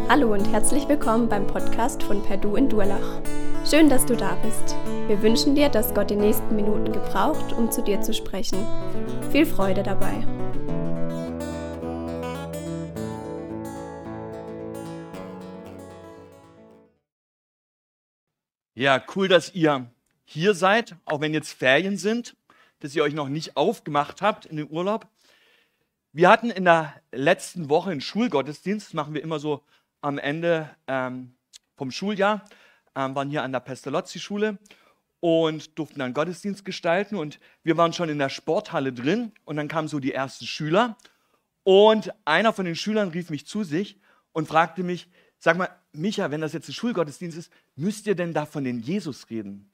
Hallo und herzlich willkommen beim Podcast von Perdu in Durlach. Schön, dass du da bist. Wir wünschen dir, dass Gott die nächsten Minuten gebraucht, um zu dir zu sprechen. Viel Freude dabei. Ja, cool, dass ihr hier seid, auch wenn jetzt Ferien sind, dass ihr euch noch nicht aufgemacht habt in den Urlaub. Wir hatten in der letzten Woche einen Schulgottesdienst, das machen wir immer so am Ende vom Schuljahr, waren hier an der Pestalozzi-Schule und durften dann Gottesdienst gestalten und wir waren schon in der Sporthalle drin und dann kamen so die ersten Schüler und einer von den Schülern rief mich zu sich und fragte mich, sag mal, Micha, wenn das jetzt ein Schulgottesdienst ist, müsst ihr denn da von den Jesus reden?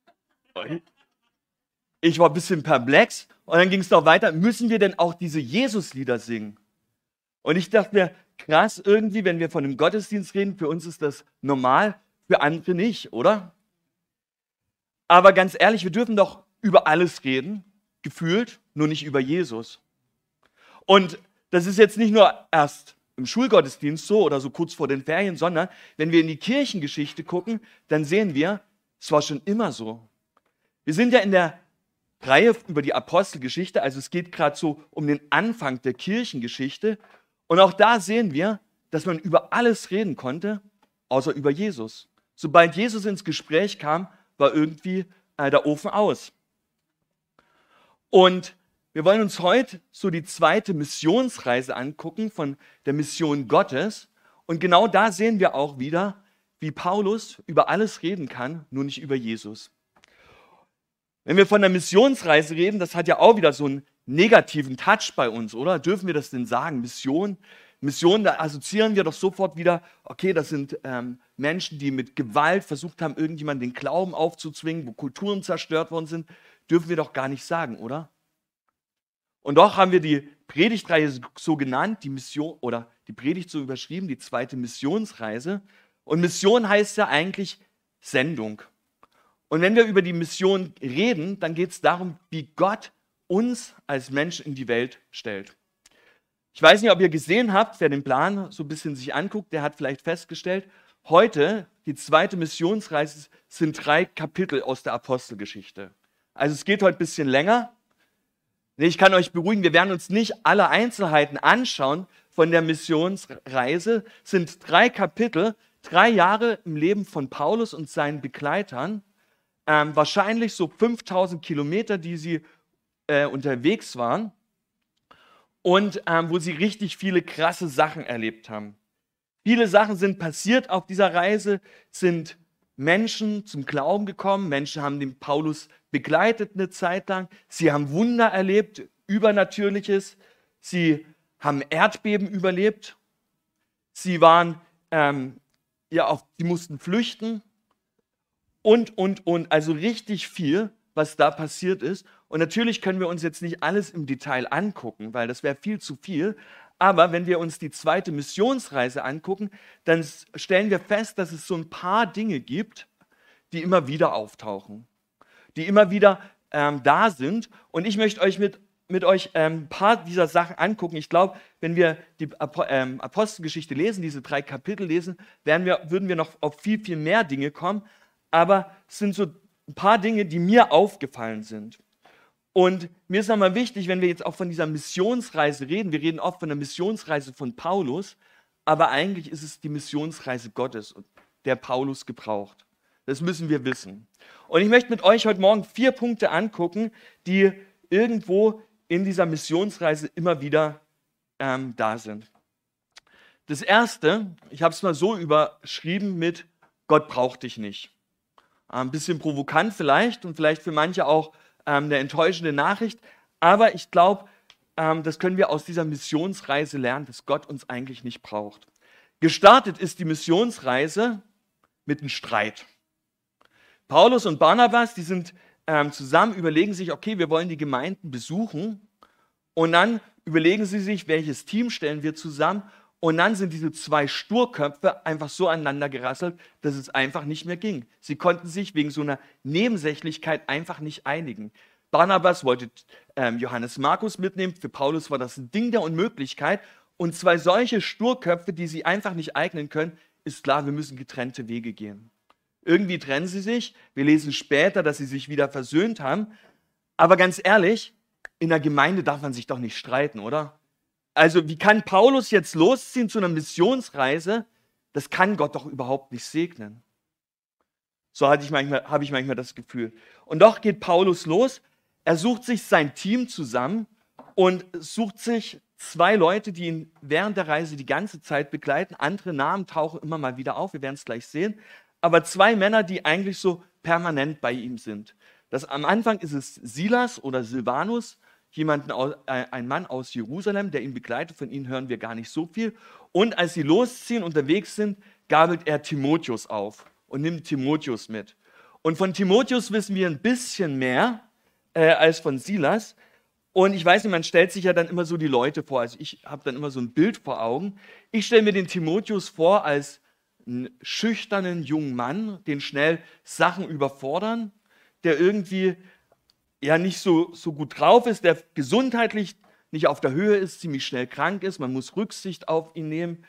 Ich war ein bisschen perplex und dann ging es noch weiter, müssen wir denn auch diese Jesus-Lieder singen? Und ich dachte mir, krass irgendwie, wenn wir von einem Gottesdienst reden, für uns ist das normal, für andere nicht, oder? Aber ganz ehrlich, wir dürfen doch über alles reden, gefühlt, nur nicht über Jesus. Und das ist jetzt nicht nur erst im Schulgottesdienst so oder so kurz vor den Ferien, sondern wenn wir in die Kirchengeschichte gucken, dann sehen wir, es war schon immer so. Wir sind ja in der Reihe über die Apostelgeschichte, also es geht gerade so um den Anfang der Kirchengeschichte. Und auch da sehen wir, dass man über alles reden konnte, außer über Jesus. Sobald Jesus ins Gespräch kam, war irgendwie der Ofen aus. Und wir wollen uns heute so die zweite Missionsreise angucken von der Mission Gottes. Und genau da sehen wir auch wieder, wie Paulus über alles reden kann, nur nicht über Jesus. Wenn wir von der Missionsreise reden, das hat ja auch wieder so einen negativen Touch bei uns, oder? Dürfen wir das denn sagen? Mission, da assoziieren wir doch sofort wieder, okay, das sind Menschen, die mit Gewalt versucht haben, irgendjemandem den Glauben aufzuzwingen, wo Kulturen zerstört worden sind. Dürfen wir doch gar nicht sagen, oder? Und doch haben wir die Predigtreihe so genannt, die Mission oder die Predigt so überschrieben, die zweite Missionsreise. Und Mission heißt ja eigentlich Sendung. Und wenn wir über die Mission reden, dann geht es darum, wie Gott uns als Menschen in die Welt stellt. Ich weiß nicht, ob ihr gesehen habt, wer den Plan so ein bisschen sich anguckt, der hat vielleicht festgestellt, heute, die zweite Missionsreise, sind 3 Kapitel aus der Apostelgeschichte. Also es geht heute ein bisschen länger. Ich kann euch beruhigen, wir werden uns nicht alle Einzelheiten anschauen von der Missionsreise. Es sind 3 Kapitel, 3 Jahre im Leben von Paulus und seinen Begleitern. Wahrscheinlich so 5000 Kilometer, die sie unterwegs waren und wo sie richtig viele krasse Sachen erlebt haben. Viele Sachen sind passiert auf dieser Reise, sind Menschen zum Glauben gekommen, Menschen haben den Paulus begleitet eine Zeit lang, sie haben Wunder erlebt, Übernatürliches, sie haben Erdbeben überlebt, sie waren, sie mussten flüchten und, also richtig viel, was da passiert ist. Und natürlich können wir uns jetzt nicht alles im Detail angucken, weil das wäre viel zu viel. Aber wenn wir uns die zweite Missionsreise angucken, dann stellen wir fest, dass es so ein paar Dinge gibt, die immer wieder auftauchen, die immer wieder da sind. Und ich möchte euch mit euch ein paar dieser Sachen angucken. Ich glaube, wenn wir die Apostelgeschichte lesen, diese 3 Kapitel lesen, würden wir noch auf viel, viel mehr Dinge kommen. Aber es sind so ein paar Dinge, die mir aufgefallen sind. Und mir ist nochmal wichtig, wenn wir jetzt auch von dieser Missionsreise reden, wir reden oft von der Missionsreise von Paulus, aber eigentlich ist es die Missionsreise Gottes, der Paulus gebraucht. Das müssen wir wissen. Und ich möchte mit euch heute Morgen 4 Punkte angucken, die irgendwo in dieser Missionsreise immer wieder da sind. Das erste, ich habe es mal so überschrieben mit Gott braucht dich nicht. Ein bisschen provokant vielleicht und vielleicht für manche auch eine enttäuschende Nachricht, aber ich glaube, das können wir aus dieser Missionsreise lernen, dass Gott uns eigentlich nicht braucht. Gestartet ist die Missionsreise mit einem Streit. Paulus und Barnabas, die sind zusammen, überlegen sich, okay, wir wollen die Gemeinden besuchen und dann überlegen sie sich, welches Team stellen wir zusammen. Und dann sind diese 2 Sturköpfe einfach so aneinander gerasselt, dass es einfach nicht mehr ging. Sie konnten sich wegen so einer Nebensächlichkeit einfach nicht einigen. Barnabas wollte Johannes Markus mitnehmen, für Paulus war das ein Ding der Unmöglichkeit. und zwei solche Sturköpfe, die sie einfach nicht eignen können, ist klar, wir müssen getrennte Wege gehen. Irgendwie trennen sie sich. Wir lesen später, dass sie sich wieder versöhnt haben. Aber ganz ehrlich, in der Gemeinde darf man sich doch nicht streiten, oder? Also wie kann Paulus jetzt losziehen zu einer Missionsreise? Das kann Gott doch überhaupt nicht segnen. So habe ich manchmal das Gefühl. Und doch geht Paulus los. Er sucht sich sein Team zusammen und sucht sich zwei Leute, die ihn während der Reise die ganze Zeit begleiten. Andere Namen tauchen immer mal wieder auf, wir werden es gleich sehen. Aber zwei Männer, die eigentlich so permanent bei ihm sind. Am Anfang ist es Silas oder Silvanus, ein Mann aus Jerusalem, der ihn begleitet. Von ihnen hören wir gar nicht so viel. Und als sie losziehen, unterwegs sind, gabelt er Timotheus auf und nimmt Timotheus mit. Und von Timotheus wissen wir ein bisschen mehr als von Silas. Und ich weiß nicht, man stellt sich ja dann immer so die Leute vor. Also ich habe dann immer so ein Bild vor Augen. Ich stelle mir den Timotheus vor als einen schüchternen jungen Mann, den schnell Sachen überfordern, der irgendwie ja nicht so gut drauf ist, der gesundheitlich nicht auf der Höhe ist, ziemlich schnell krank ist. Man muss Rücksicht auf ihn nehmen.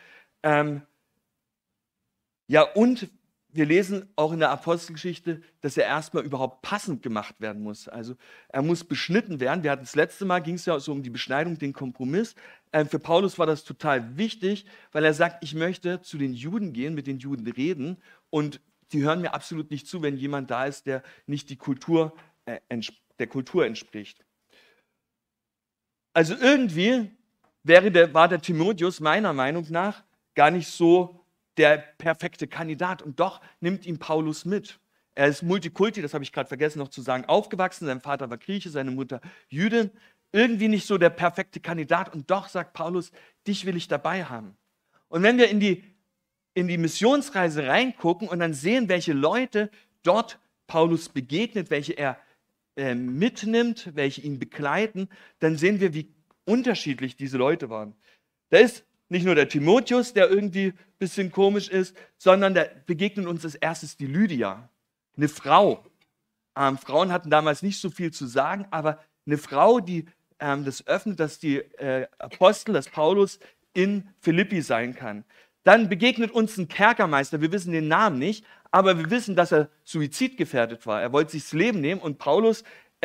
Und wir lesen auch in der Apostelgeschichte, dass er erstmal überhaupt passend gemacht werden muss. Also er muss beschnitten werden. Wir hatten das letzte Mal, ging es ja so um die Beschneidung, den Kompromiss. Für Paulus war das total wichtig, weil er sagt, ich möchte zu den Juden gehen, mit den Juden reden und die hören mir absolut nicht zu, wenn jemand da ist, der nicht der Kultur entspricht. Also irgendwie war der Timotheus meiner Meinung nach gar nicht so der perfekte Kandidat und doch nimmt ihn Paulus mit. Er ist Multikulti, das habe ich gerade vergessen noch zu sagen, aufgewachsen. Sein Vater war Grieche, seine Mutter Jüdin. Irgendwie nicht so der perfekte Kandidat und doch sagt Paulus, dich will ich dabei haben. Und wenn wir in die Missionsreise reingucken und dann sehen, welche Leute dort Paulus begegnet, welche er mitnimmt, welche ihn begleiten, dann sehen wir, wie unterschiedlich diese Leute waren. Da ist nicht nur der Timotheus, der irgendwie ein bisschen komisch ist, sondern da begegnet uns als erstes die Lydia, eine Frau. Frauen hatten damals nicht so viel zu sagen, aber eine Frau, die das öffnet, dass die Apostel, dass Paulus in Philippi sein kann. Dann begegnet uns ein Kerkermeister, wir wissen den Namen nicht, aber wir wissen, dass er suizidgefährdet war. Er wollte sich das Leben nehmen und Paulus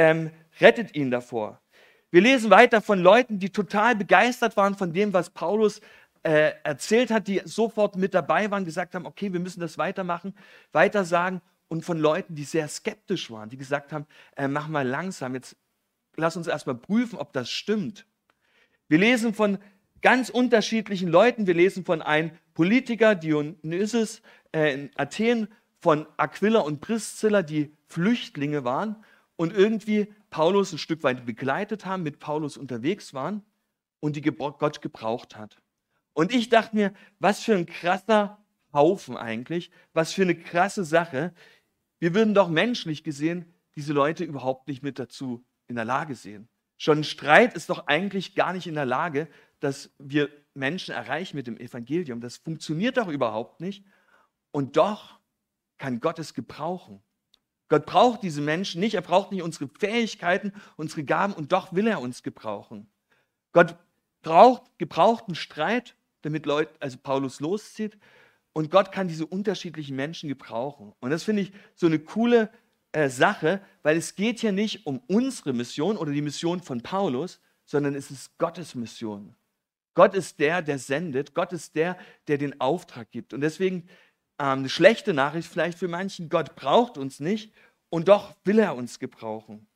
rettet ihn davor. Wir lesen weiter von Leuten, die total begeistert waren von dem, was Paulus erzählt hat, die sofort mit dabei waren, gesagt haben, okay, wir müssen das weitermachen, weitersagen. Und von Leuten, die sehr skeptisch waren, die gesagt haben, mach mal langsam, jetzt lass uns erstmal prüfen, ob das stimmt. Wir lesen von ganz unterschiedlichen Leuten. Wir lesen von einem Politiker, Dionysius in Athen, von Aquila und Priscilla, die Flüchtlinge waren und irgendwie Paulus ein Stück weit begleitet haben, mit Paulus unterwegs waren und die Gott gebraucht hat. Und ich dachte mir, was für ein krasser Haufen eigentlich, was für eine krasse Sache. Wir würden doch menschlich gesehen diese Leute überhaupt nicht mit dazu in der Lage sehen. Schon Streit ist doch eigentlich gar nicht in der Lage, dass wir Menschen erreichen mit dem Evangelium. Das funktioniert doch überhaupt nicht. Und doch kann Gott es gebrauchen. Gott braucht diese Menschen nicht. Er braucht nicht unsere Fähigkeiten, unsere Gaben. Und doch will er uns gebrauchen. Gott gebraucht einen Streit, damit Paulus loszieht. Und Gott kann diese unterschiedlichen Menschen gebrauchen. Und das finde ich so eine coole Sache, weil es geht hier nicht um unsere Mission oder die Mission von Paulus, sondern es ist Gottes Mission. Gott ist der sendet. Gott ist der den Auftrag gibt. Und deswegen eine schlechte Nachricht vielleicht für manchen, Gott braucht uns nicht und doch will er uns gebrauchen.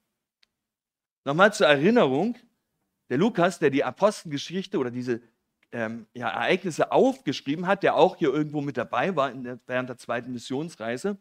Nochmal zur Erinnerung, der Lukas, der die Apostelgeschichte oder diese Ereignisse aufgeschrieben hat, der auch hier irgendwo mit dabei war während der zweiten Missionsreise,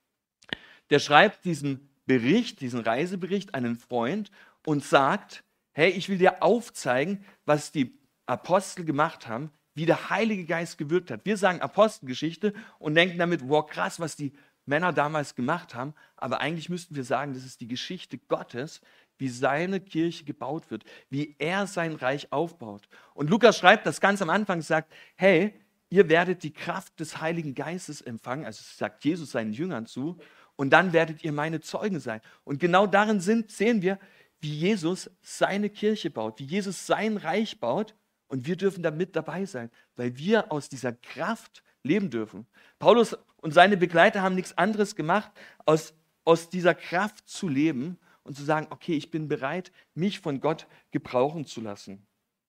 der schreibt diesen Reisebericht an einen Freund und sagt, hey, ich will dir aufzeigen, was die Apostel gemacht haben, wie der Heilige Geist gewirkt hat. Wir sagen Apostelgeschichte und denken damit, wow, krass, was die Männer damals gemacht haben. Aber eigentlich müssten wir sagen, das ist die Geschichte Gottes, wie seine Kirche gebaut wird, wie er sein Reich aufbaut. Und Lukas schreibt das ganz am Anfang, sagt, hey, ihr werdet die Kraft des Heiligen Geistes empfangen, also sagt Jesus seinen Jüngern zu, und dann werdet ihr meine Zeugen sein. Und genau darin sehen wir, wie Jesus seine Kirche baut, wie Jesus sein Reich baut. Und wir dürfen da mit dabei sein, weil wir aus dieser Kraft leben dürfen. Paulus und seine Begleiter haben nichts anderes gemacht, aus dieser Kraft zu leben und zu sagen, okay, ich bin bereit, mich von Gott gebrauchen zu lassen.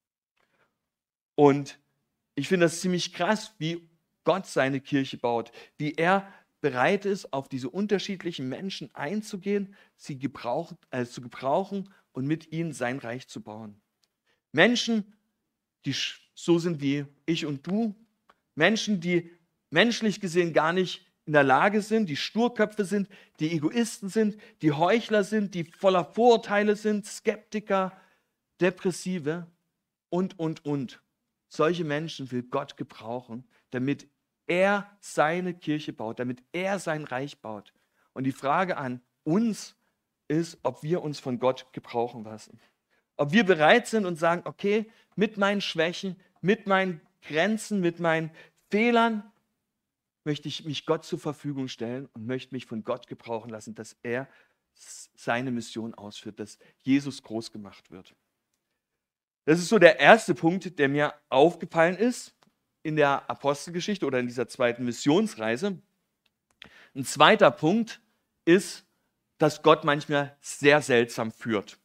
Und ich finde das ziemlich krass, wie Gott seine Kirche baut, wie er bereit ist, auf diese unterschiedlichen Menschen einzugehen, sie zu gebrauchen und mit ihnen sein Reich zu bauen. Menschen, die so sind wie ich und du, Menschen, die menschlich gesehen gar nicht in der Lage sind, die Sturköpfe sind, die Egoisten sind, die Heuchler sind, die voller Vorurteile sind, Skeptiker, Depressive und. Solche Menschen will Gott gebrauchen, damit er seine Kirche baut, damit er sein Reich baut. Und die Frage an uns ist, ob wir uns von Gott gebrauchen lassen. Ob wir bereit sind und sagen, okay, mit meinen Schwächen, mit meinen Grenzen, mit meinen Fehlern möchte ich mich Gott zur Verfügung stellen und möchte mich von Gott gebrauchen lassen, dass er seine Mission ausführt, dass Jesus groß gemacht wird. Das ist so der erste Punkt, der mir aufgefallen ist in der Apostelgeschichte oder in dieser zweiten Missionsreise. Ein zweiter Punkt ist, dass Gott manchmal sehr seltsam führt.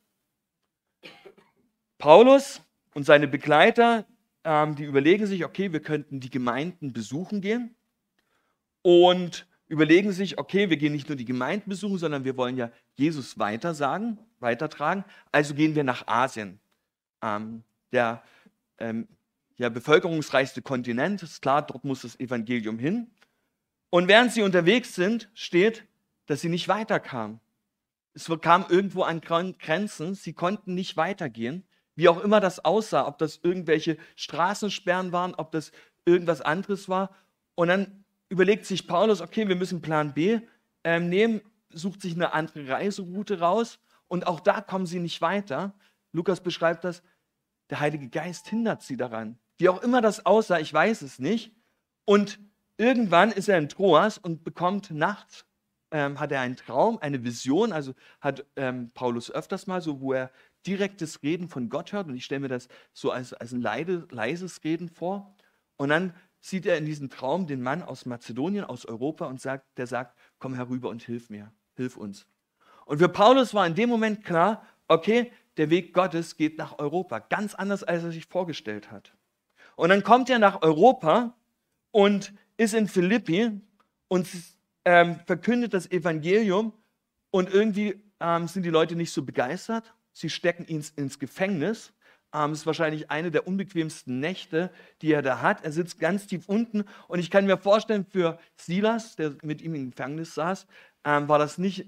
Paulus und seine Begleiter, die überlegen sich, okay, wir könnten die Gemeinden besuchen gehen und überlegen sich, okay, wir gehen nicht nur die Gemeinden besuchen, sondern wir wollen ja Jesus weitertragen, also gehen wir nach Asien. Der bevölkerungsreichste Kontinent, ist klar, dort muss das Evangelium hin. Und während sie unterwegs sind, steht, dass sie nicht weiterkamen. Es kam irgendwo an Grenzen, sie konnten nicht weitergehen, wie auch immer das aussah, ob das irgendwelche Straßensperren waren, ob das irgendwas anderes war. Und dann überlegt sich Paulus, okay, wir müssen Plan B nehmen, sucht sich eine andere Reiseroute raus und auch da kommen sie nicht weiter. Lukas beschreibt das, der Heilige Geist hindert sie daran. Wie auch immer das aussah, ich weiß es nicht. Und irgendwann ist er in Troas und bekommt nachts, hat er einen Traum, eine Vision, also hat Paulus öfters mal so, wo er direktes Reden von Gott hört. Und ich stelle mir das so als ein leises Reden vor. Und dann sieht er in diesem Traum den Mann aus Mazedonien, aus Europa und der sagt, komm herüber und hilf mir, hilf uns. Und für Paulus war in dem Moment klar, okay, der Weg Gottes geht nach Europa. Ganz anders, als er sich vorgestellt hat. Und dann kommt er nach Europa und ist in Philippi und verkündet das Evangelium. Und irgendwie sind die Leute nicht so begeistert. Sie stecken ihn ins Gefängnis. Das ist wahrscheinlich eine der unbequemsten Nächte, die er da hat. Er sitzt ganz tief unten. Und ich kann mir vorstellen, für Silas, der mit ihm im Gefängnis saß, war das nicht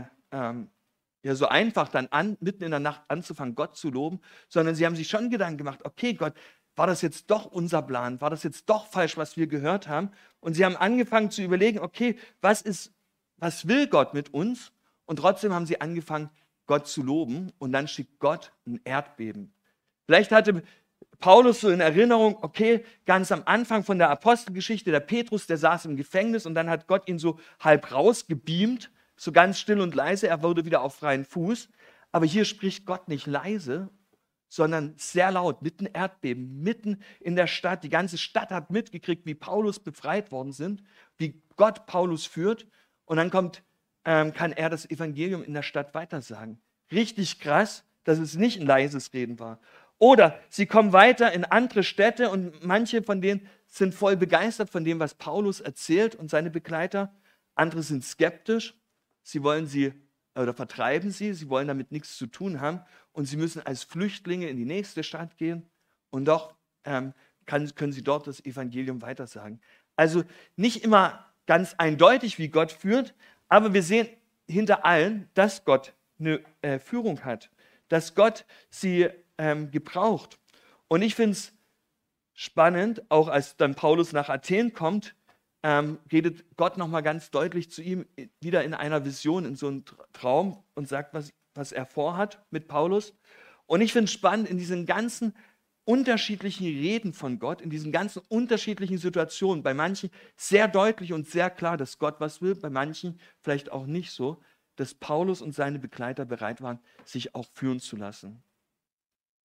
so einfach, dann mitten in der Nacht anzufangen, Gott zu loben, sondern sie haben sich schon Gedanken gemacht, okay Gott, war das jetzt doch unser Plan? War das jetzt doch falsch, was wir gehört haben? Und sie haben angefangen zu überlegen, okay, was will Gott mit uns? Und trotzdem haben sie angefangen, Gott zu loben und dann schickt Gott ein Erdbeben. Vielleicht hatte Paulus so in Erinnerung, okay, ganz am Anfang von der Apostelgeschichte, der Petrus, der saß im Gefängnis und dann hat Gott ihn so halb rausgebeamt, so ganz still und leise, er wurde wieder auf freien Fuß. Aber hier spricht Gott nicht leise, sondern sehr laut, mitten Erdbeben, mitten in der Stadt. Die ganze Stadt hat mitgekriegt, wie Paulus befreit worden sind, wie Gott Paulus führt. Und dann kann er das Evangelium in der Stadt weitersagen. Richtig krass, dass es nicht ein leises Reden war. Oder sie kommen weiter in andere Städte und manche von denen sind voll begeistert von dem, was Paulus erzählt und seine Begleiter. Andere sind skeptisch. Sie wollen sie oder vertreiben sie wollen damit nichts zu tun haben und sie müssen als Flüchtlinge in die nächste Stadt gehen und doch können sie dort das Evangelium weitersagen. Also nicht immer ganz eindeutig, wie Gott führt, aber wir sehen hinter allen, dass Gott eine Führung hat, dass Gott sie gebraucht. Und ich finde es spannend, auch als dann Paulus nach Athen kommt, redet Gott nochmal ganz deutlich zu ihm, wieder in einer Vision, in so einem Traum und sagt, was er vorhat mit Paulus. Und ich finde es spannend, in diesen ganzen unterschiedlichen Reden von Gott, in diesen ganzen unterschiedlichen Situationen, bei manchen sehr deutlich und sehr klar, dass Gott was will, bei manchen vielleicht auch nicht so, dass Paulus und seine Begleiter bereit waren, sich auch führen zu lassen.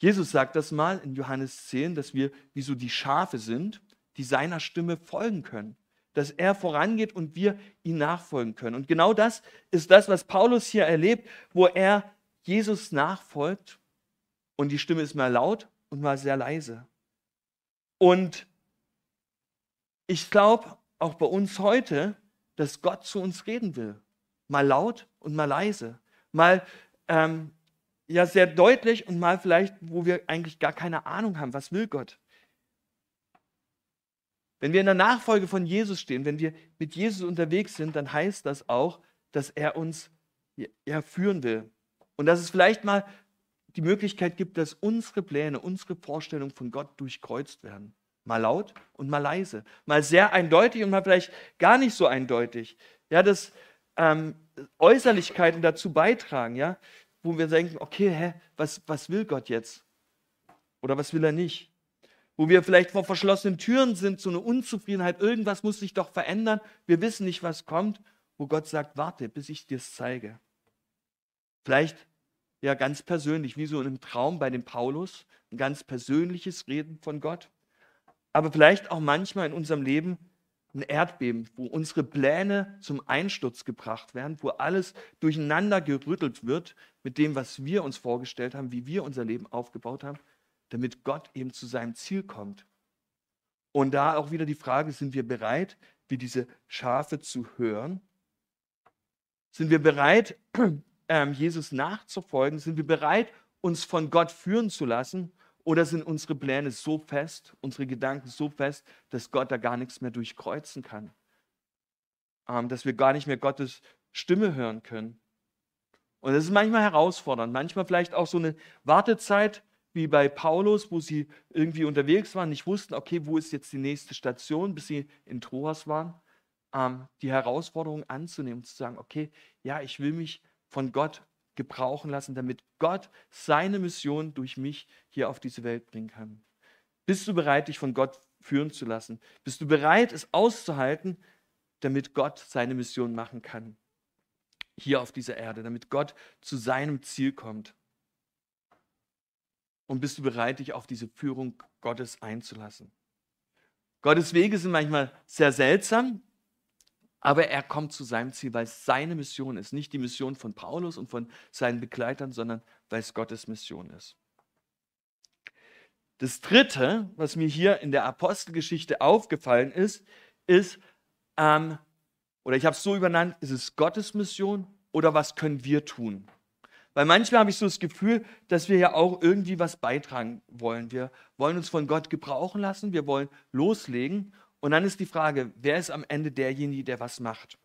Jesus sagt das mal in Johannes 10, dass wir wie so die Schafe sind, die seiner Stimme folgen können. Dass er vorangeht und wir ihm nachfolgen können. Und genau das ist das, was Paulus hier erlebt, wo er Jesus nachfolgt und die Stimme ist mal laut und mal sehr leise. Und ich glaube auch bei uns heute, dass Gott zu uns reden will. Mal laut und mal leise. Mal ja sehr deutlich und mal vielleicht, wo wir eigentlich gar keine Ahnung haben, was will Gott. Wenn wir in der Nachfolge von Jesus stehen, wenn wir mit Jesus unterwegs sind, dann heißt das auch, dass er uns führen will. Und dass es vielleicht mal die Möglichkeit gibt, dass unsere Pläne, unsere Vorstellungen von Gott durchkreuzt werden. Mal laut und mal leise. Mal sehr eindeutig und mal vielleicht gar nicht so eindeutig. Ja, dass Äußerlichkeiten dazu beitragen, ja, wo wir denken, okay, was will Gott jetzt? Oder was will er nicht? Wo wir vielleicht vor verschlossenen Türen sind, so eine Unzufriedenheit, irgendwas muss sich doch verändern, wir wissen nicht, was kommt, wo Gott sagt, warte, bis ich dir es zeige. Vielleicht ja ganz persönlich, wie so in einem Traum bei dem Paulus, ein ganz persönliches Reden von Gott, aber vielleicht auch manchmal in unserem Leben ein Erdbeben, wo unsere Pläne zum Einsturz gebracht werden, wo alles durcheinander gerüttelt wird mit dem, was wir uns vorgestellt haben, wie wir unser Leben aufgebaut haben, damit Gott eben zu seinem Ziel kommt. Und da auch wieder die Frage, sind wir bereit, wie diese Schafe zu hören? Sind wir bereit, Jesus nachzufolgen? Sind wir bereit, uns von Gott führen zu lassen? Oder sind unsere Pläne so fest, unsere Gedanken so fest, dass Gott da gar nichts mehr durchkreuzen kann? Dass wir gar nicht mehr Gottes Stimme hören können. Und das ist manchmal herausfordernd. Manchmal vielleicht auch so eine Wartezeit, wie bei Paulus, wo sie irgendwie unterwegs waren, nicht wussten, okay, wo ist jetzt die nächste Station, bis sie in Troas waren, die Herausforderung anzunehmen, zu sagen, okay, ja, ich will mich von Gott gebrauchen lassen, damit Gott seine Mission durch mich hier auf diese Welt bringen kann. Bist du bereit, dich von Gott führen zu lassen? Bist du bereit, es auszuhalten, damit Gott seine Mission machen kann? Hier auf dieser Erde, damit Gott zu seinem Ziel kommt. Und bist du bereit, dich auf diese Führung Gottes einzulassen? Gottes Wege sind manchmal sehr seltsam, aber er kommt zu seinem Ziel, weil es seine Mission ist. Nicht die Mission von Paulus und von seinen Begleitern, sondern weil es Gottes Mission ist. Das Dritte, was mir hier in der Apostelgeschichte aufgefallen ist, oder ich habe es so übernannt, ist es Gottes Mission oder was können wir tun? Weil manchmal habe ich so das Gefühl, dass wir ja auch irgendwie was beitragen wollen. Wir wollen uns von Gott gebrauchen lassen, wir wollen loslegen. Und dann ist die Frage, wer ist am Ende derjenige, der was macht?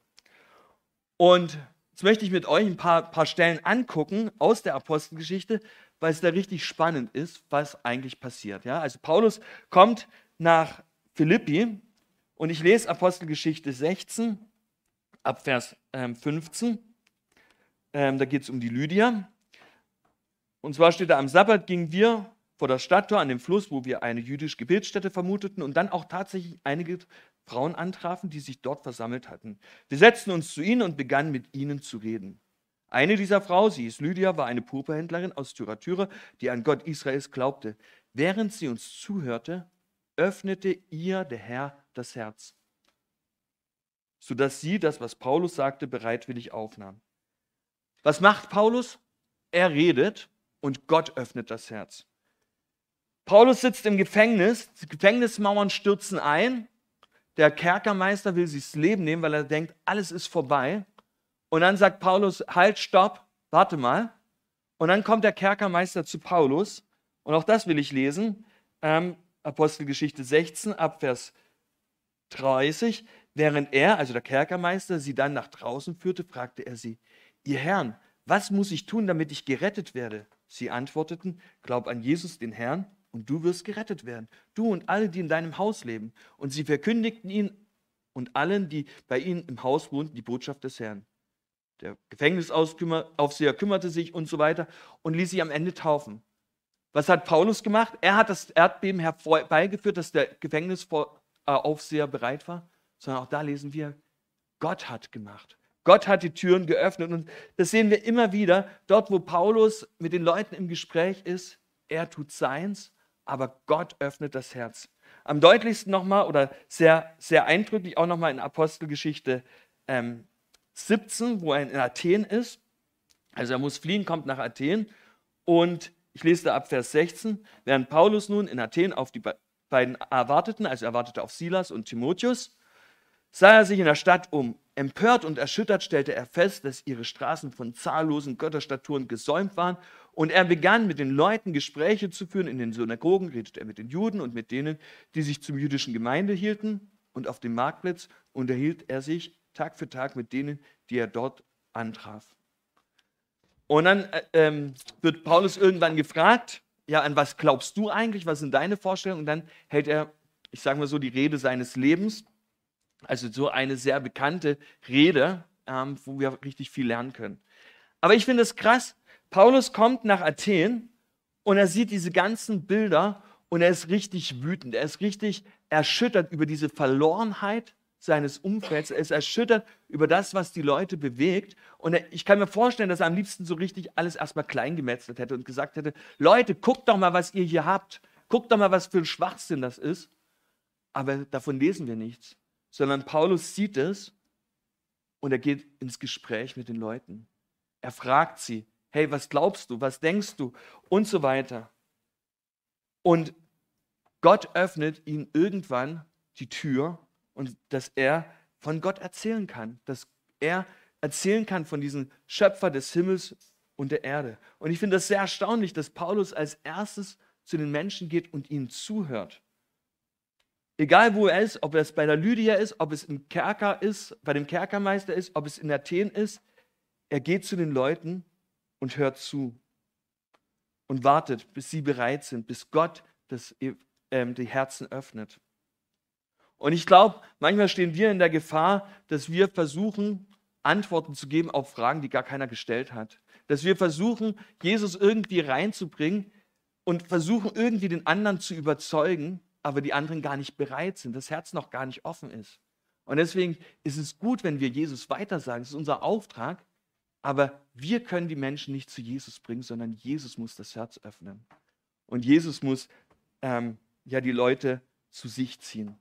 Und jetzt möchte ich mit euch ein paar Stellen angucken aus der Apostelgeschichte, weil es da richtig spannend ist, was eigentlich passiert. Ja? Also Paulus kommt nach Philippi und ich lese Apostelgeschichte 16 ab Vers 15. Da geht es um die Lydia. Und zwar steht da, am Sabbat gingen wir vor das Stadttor an dem Fluss, wo wir eine jüdische Gebetsstätte vermuteten und dann auch tatsächlich einige Frauen antrafen, die sich dort versammelt hatten. Wir setzten uns zu ihnen und begannen mit ihnen zu reden. Eine dieser Frauen, sie hieß Lydia, war eine Purpurhändlerin aus Thyatira, die an Gott Israels glaubte. Während sie uns zuhörte, öffnete ihr der Herr das Herz, sodass sie das, was Paulus sagte, bereitwillig aufnahm. Was macht Paulus? Er redet und Gott öffnet das Herz. Paulus sitzt im Gefängnis, die Gefängnismauern stürzen ein, der Kerkermeister will sich das Leben nehmen, weil er denkt, alles ist vorbei. Und dann sagt Paulus, halt, stopp, warte mal. Und dann kommt der Kerkermeister zu Paulus und auch das will ich lesen, Apostelgeschichte 16 ab Vers 30. Während er, also der Kerkermeister, sie dann nach draußen führte, fragte er sie, ihr Herrn, was muss ich tun, damit ich gerettet werde? Sie antworteten, glaub an Jesus, den Herrn, und du wirst gerettet werden, du und alle, die in deinem Haus leben. Und sie verkündigten ihn und allen, die bei ihnen im Haus wohnten, die Botschaft des Herrn. Der Gefängnisaufseher kümmerte sich und so weiter und ließ sich am Ende taufen. Was hat Paulus gemacht? Er hat das Erdbeben herbeigeführt, dass der Gefängnisaufseher bereit war, sondern auch da lesen wir, Gott hat gemacht. Gott hat die Türen geöffnet und das sehen wir immer wieder, dort wo Paulus mit den Leuten im Gespräch ist, er tut seins, aber Gott öffnet das Herz. Am deutlichsten nochmal oder sehr, sehr eindrücklich auch nochmal in Apostelgeschichte 17, wo er in Athen ist. Also er muss fliehen, kommt nach Athen und ich lese da ab Vers 16. Während Paulus nun in Athen auf die beiden erwarteten, also er wartete auf Silas und Timotheus, sah er sich in der Stadt um. Empört und erschüttert stellte er fest, dass ihre Straßen von zahllosen Götterstatuen gesäumt waren. Und er begann mit den Leuten Gespräche zu führen. In den Synagogen redete er mit den Juden und mit denen, die sich zum jüdischen Gemeinde hielten. Und auf dem Marktplatz unterhielt er sich Tag für Tag mit denen, die er dort antraf. Und dann wird Paulus irgendwann gefragt, ja, an was glaubst du eigentlich? Was sind deine Vorstellungen? Und dann hält er, ich sage mal so, die Rede seines Lebens. Also so eine sehr bekannte Rede, wo wir richtig viel lernen können. Aber ich finde es krass, Paulus kommt nach Athen und er sieht diese ganzen Bilder und er ist richtig wütend. Er ist richtig erschüttert über diese Verlorenheit seines Umfelds. Er ist erschüttert über das, was die Leute bewegt. Und ich kann mir vorstellen, dass er am liebsten so richtig alles erstmal klein gemetzelt hätte und gesagt hätte, Leute, guckt doch mal, was ihr hier habt. Guckt doch mal, was für ein Schwachsinn das ist. Aber davon lesen wir nichts. Sondern Paulus sieht es und er geht ins Gespräch mit den Leuten. Er fragt sie, hey, was glaubst du, was denkst du und so weiter. Und Gott öffnet ihm irgendwann die Tür und dass er von Gott erzählen kann, dass er erzählen kann von diesem Schöpfer des Himmels und der Erde. Und ich finde das sehr erstaunlich, dass Paulus als erstes zu den Menschen geht und ihnen zuhört. Egal wo er ist, ob es bei der Lydia ist, ob es im Kerker ist, bei dem Kerkermeister ist, ob es in Athen ist, er geht zu den Leuten und hört zu und wartet, bis sie bereit sind, bis Gott die Herzen öffnet. Und ich glaube, manchmal stehen wir in der Gefahr, dass wir versuchen, Antworten zu geben auf Fragen, die gar keiner gestellt hat. Dass wir versuchen, Jesus irgendwie reinzubringen und versuchen, irgendwie den anderen zu überzeugen, aber die anderen gar nicht bereit sind, das Herz noch gar nicht offen ist. Und deswegen ist es gut, wenn wir Jesus weitersagen, das ist unser Auftrag, aber wir können die Menschen nicht zu Jesus bringen, sondern Jesus muss das Herz öffnen. Und Jesus muss die Leute zu sich ziehen.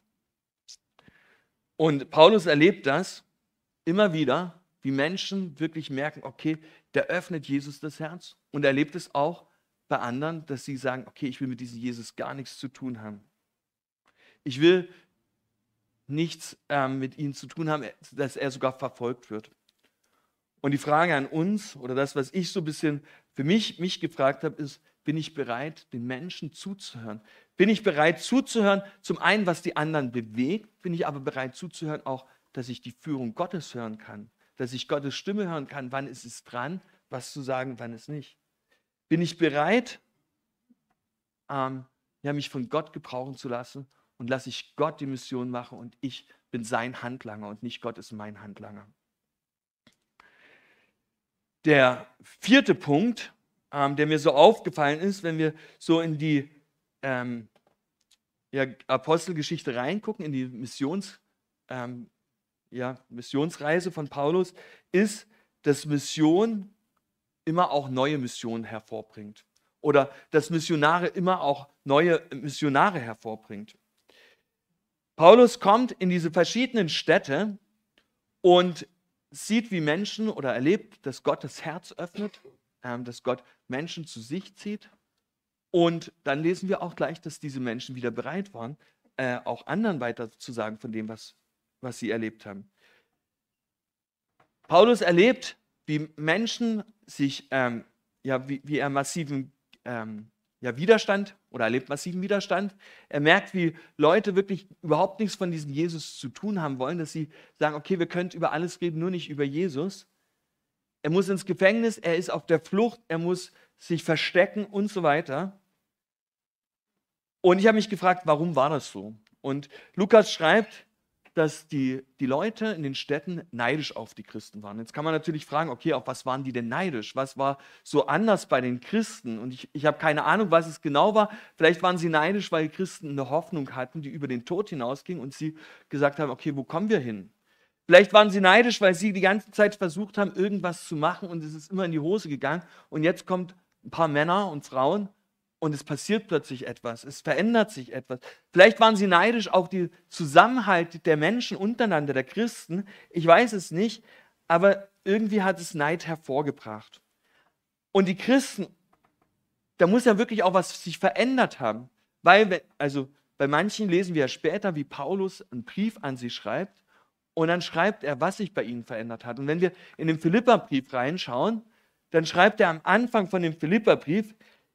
Und Paulus erlebt das immer wieder, wie Menschen wirklich merken, okay, der öffnet Jesus das Herz. Und er erlebt es auch bei anderen, dass sie sagen, okay, ich will mit diesem Jesus gar nichts zu tun haben. Ich will nichts mit ihm zu tun haben, dass er sogar verfolgt wird. Und die Frage an uns, oder das, was ich so ein bisschen für mich gefragt habe, ist, bin ich bereit, den Menschen zuzuhören? Bin ich bereit zuzuhören, zum einen, was die anderen bewegt, bin ich aber bereit zuzuhören auch, dass ich die Führung Gottes hören kann, dass ich Gottes Stimme hören kann, wann ist es dran, was zu sagen, wann ist nicht. Bin ich bereit, mich von Gott gebrauchen zu lassen und lasse ich Gott die Mission machen und ich bin sein Handlanger und nicht Gott ist mein Handlanger. Der vierte Punkt, der mir so aufgefallen ist, wenn wir so in die Apostelgeschichte reingucken, in die Missionsreise von Paulus, ist, dass Mission immer auch neue Missionen hervorbringt. Oder dass Missionare immer auch neue Missionare hervorbringt. Paulus kommt in diese verschiedenen Städte und sieht, wie Menschen oder erlebt, dass Gott das Herz öffnet, dass Gott Menschen zu sich zieht. Und dann lesen wir auch gleich, dass diese Menschen wieder bereit waren, auch anderen weiter zu sagen von dem, was sie erlebt haben. Paulus erlebt, wie Menschen sich, wie er massiven Widerstand oder erlebt massiven Widerstand. Er merkt, wie Leute wirklich überhaupt nichts von diesem Jesus zu tun haben wollen, dass sie sagen, okay, wir können über alles reden, nur nicht über Jesus. Er muss ins Gefängnis, er ist auf der Flucht, er muss sich verstecken und so weiter. Und ich habe mich gefragt, warum war das so? Und Lukas schreibt, dass die Leute in den Städten neidisch auf die Christen waren. Jetzt kann man natürlich fragen, okay, auf was waren die denn neidisch? Was war so anders bei den Christen? Und ich habe keine Ahnung, was es genau war. Vielleicht waren sie neidisch, weil die Christen eine Hoffnung hatten, die über den Tod hinausging und sie gesagt haben, okay, wo kommen wir hin? Vielleicht waren sie neidisch, weil sie die ganze Zeit versucht haben, irgendwas zu machen und es ist immer in die Hose gegangen. Und jetzt kommt ein paar Männer und Frauen und es passiert plötzlich etwas, es verändert sich etwas. Vielleicht waren sie neidisch auf den Zusammenhalt der Menschen untereinander, der Christen. Ich weiß es nicht, aber irgendwie hat es Neid hervorgebracht. Und die Christen, da muss ja wirklich auch was sich verändert haben. Weil, also bei manchen lesen wir ja später, wie Paulus einen Brief an sie schreibt und dann schreibt er, was sich bei ihnen verändert hat. Und wenn wir in den Philipperbrief reinschauen, dann schreibt er am Anfang von dem Philipperbrief,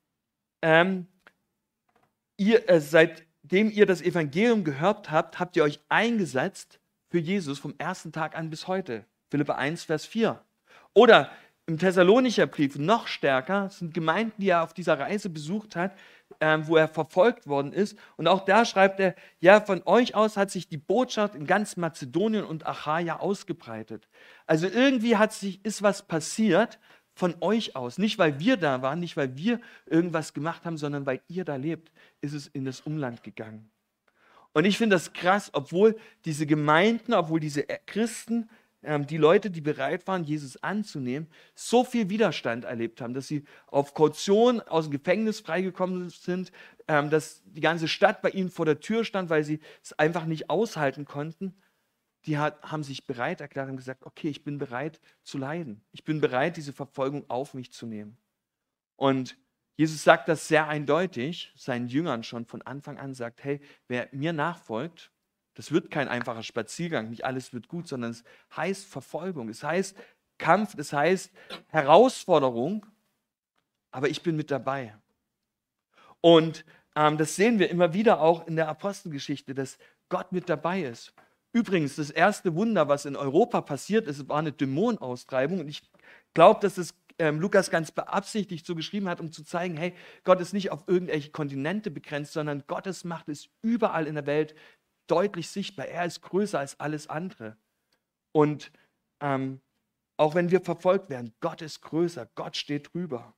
seitdem ihr das Evangelium gehört habt, habt ihr euch eingesetzt für Jesus vom ersten Tag an bis heute. Philipper 1, Vers 4. Oder im Thessalonicher Brief noch stärker, sind Gemeinden, die er auf dieser Reise besucht hat, wo er verfolgt worden ist. Und auch da schreibt er, ja, von euch aus hat sich die Botschaft in ganz Mazedonien und Achaia ausgebreitet. Also irgendwie ist was passiert von euch aus. Nicht, weil wir da waren, nicht, weil wir irgendwas gemacht haben, sondern weil ihr da lebt, ist es in das Umland gegangen. Und ich finde das krass, obwohl diese Gemeinden, obwohl diese Christen, die Leute, die bereit waren, Jesus anzunehmen, so viel Widerstand erlebt haben, dass sie auf Kaution aus dem Gefängnis freigekommen sind, dass die ganze Stadt bei ihnen vor der Tür stand, weil sie es einfach nicht aushalten konnten. Die haben sich bereit erklärt und gesagt, okay, ich bin bereit zu leiden. Ich bin bereit, diese Verfolgung auf mich zu nehmen. Und Jesus sagt das sehr eindeutig, seinen Jüngern schon von Anfang an sagt, hey, wer mir nachfolgt, das wird kein einfacher Spaziergang, nicht alles wird gut, sondern es heißt Verfolgung, es heißt Kampf, es heißt Herausforderung, aber ich bin mit dabei. Und das sehen wir immer wieder auch in der Apostelgeschichte, dass Gott mit dabei ist. Übrigens, das erste Wunder, was in Europa passiert ist, war eine Dämonenaustreibung. Und ich glaube, dass es Lukas ganz beabsichtigt so geschrieben hat, um zu zeigen, hey, Gott ist nicht auf irgendwelche Kontinente begrenzt, sondern Gottes Macht ist überall in der Welt deutlich sichtbar. Er ist größer als alles andere. Und auch wenn wir verfolgt werden, Gott ist größer, Gott steht drüber.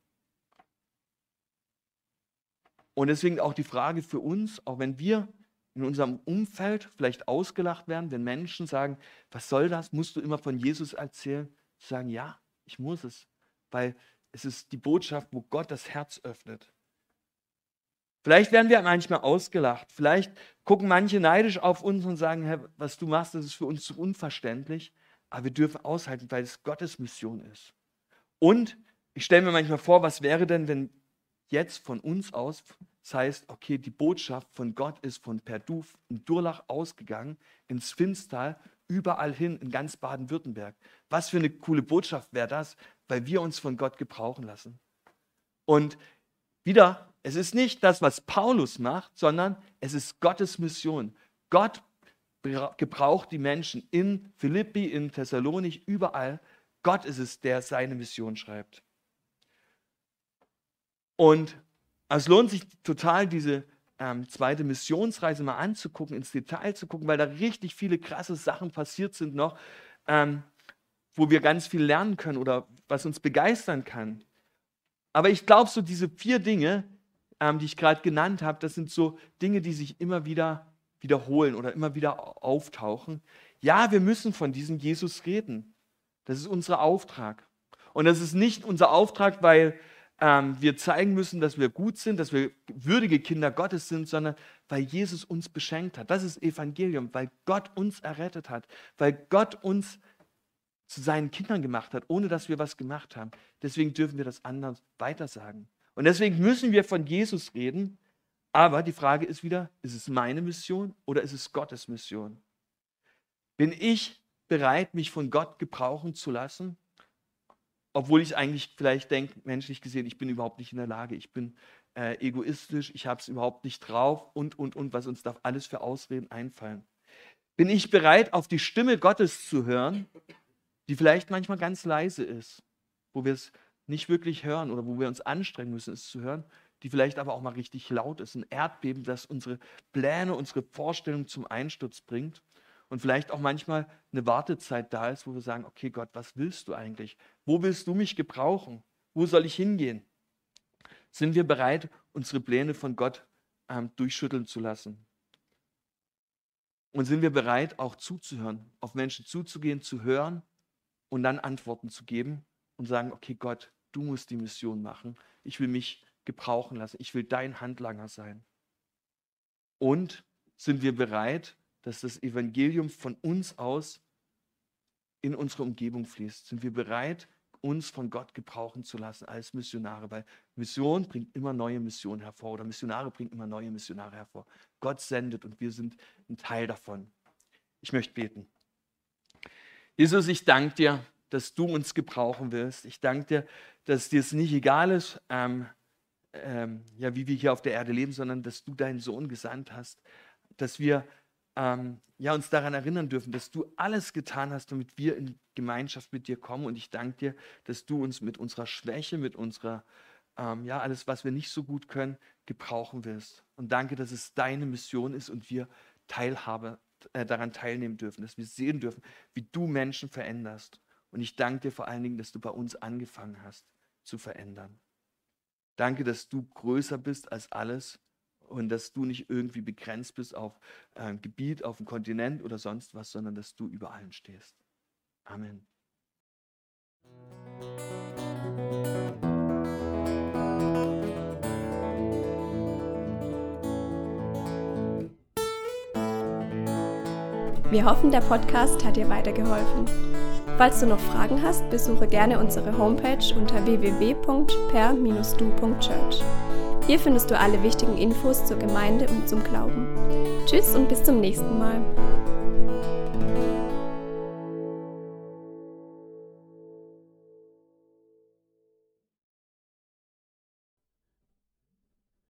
Und deswegen auch die Frage für uns, auch wenn wir in unserem Umfeld vielleicht ausgelacht werden, wenn Menschen sagen, was soll das, musst du immer von Jesus erzählen, zu sagen, ja, ich muss es, weil es ist die Botschaft, wo Gott das Herz öffnet. Vielleicht werden wir manchmal ausgelacht, vielleicht gucken manche neidisch auf uns und sagen, Herr, was du machst, das ist für uns zu unverständlich, aber wir dürfen aushalten, weil es Gottes Mission ist. Und ich stelle mir manchmal vor, was wäre denn, wenn jetzt von uns aus, das heißt, okay, die Botschaft von Gott ist von Perdu in Durlach ausgegangen, ins Finstal, überall hin, in ganz Baden-Württemberg. Was für eine coole Botschaft wäre das, weil wir uns von Gott gebrauchen lassen. Und wieder, es ist nicht das, was Paulus macht, sondern es ist Gottes Mission. Gott gebraucht die Menschen in Philippi, in Thessalonich, überall. Gott ist es, der seine Mission schreibt. Und es lohnt sich total, diese zweite Missionsreise mal anzugucken, ins Detail zu gucken, weil da richtig viele krasse Sachen passiert sind noch, wo wir ganz viel lernen können oder was uns begeistern kann. Aber ich glaube, so diese 4 Dinge, die ich gerade genannt habe, das sind so Dinge, die sich immer wieder wiederholen oder immer wieder auftauchen. Ja, wir müssen von diesem Jesus reden. Das ist unser Auftrag. Und das ist nicht unser Auftrag, weil wir zeigen müssen, dass wir gut sind, dass wir würdige Kinder Gottes sind, sondern weil Jesus uns beschenkt hat. Das ist Evangelium, weil Gott uns errettet hat, weil Gott uns zu seinen Kindern gemacht hat, ohne dass wir was gemacht haben. Deswegen dürfen wir das anderen weitersagen. Und deswegen müssen wir von Jesus reden. Aber die Frage ist wieder, ist es meine Mission oder ist es Gottes Mission? Bin ich bereit, mich von Gott gebrauchen zu lassen? Obwohl ich eigentlich vielleicht denke, menschlich gesehen, ich bin überhaupt nicht in der Lage, ich bin egoistisch, ich habe es überhaupt nicht drauf und, was uns da alles für Ausreden einfallen. Bin ich bereit, auf die Stimme Gottes zu hören, die vielleicht manchmal ganz leise ist, wo wir es nicht wirklich hören oder wo wir uns anstrengen müssen, es zu hören, die vielleicht aber auch mal richtig laut ist, ein Erdbeben, das unsere Pläne, unsere Vorstellungen zum Einsturz bringt. Und vielleicht auch manchmal eine Wartezeit da ist, wo wir sagen, okay Gott, was willst du eigentlich? Wo willst du mich gebrauchen? Wo soll ich hingehen? Sind wir bereit, unsere Pläne von Gott durchschütteln zu lassen? Und sind wir bereit, auch zuzuhören, auf Menschen zuzugehen, zu hören und dann Antworten zu geben und sagen, okay Gott, du musst die Mission machen. Ich will mich gebrauchen lassen. Ich will dein Handlanger sein. Und sind wir bereit, dass das Evangelium von uns aus in unsere Umgebung fließt? Sind wir bereit, uns von Gott gebrauchen zu lassen als Missionare? Weil Mission bringt immer neue Missionen hervor oder Missionare bringen immer neue Missionare hervor. Gott sendet und wir sind ein Teil davon. Ich möchte beten. Jesus, ich danke dir, dass du uns gebrauchen willst. Ich danke dir, dass dir es nicht egal ist, wie wir hier auf der Erde leben, sondern dass du deinen Sohn gesandt hast, dass wir uns daran erinnern dürfen, dass du alles getan hast, damit wir in Gemeinschaft mit dir kommen. Und ich danke dir, dass du uns mit unserer Schwäche, mit unserer, alles, was wir nicht so gut können, gebrauchen willst. Und danke, dass es deine Mission ist und wir daran teilnehmen dürfen, dass wir sehen dürfen, wie du Menschen veränderst. Und ich danke dir vor allen Dingen, dass du bei uns angefangen hast zu verändern. Danke, dass du größer bist als alles und dass du nicht irgendwie begrenzt bist auf ein Gebiet, auf einen Kontinent oder sonst was, sondern dass du über allen stehst. Amen. Wir hoffen, der Podcast hat dir weitergeholfen. Falls du noch Fragen hast, besuche gerne unsere Homepage unter www.per-du.church. Hier findest du alle wichtigen Infos zur Gemeinde und zum Glauben. Tschüss und bis zum nächsten Mal.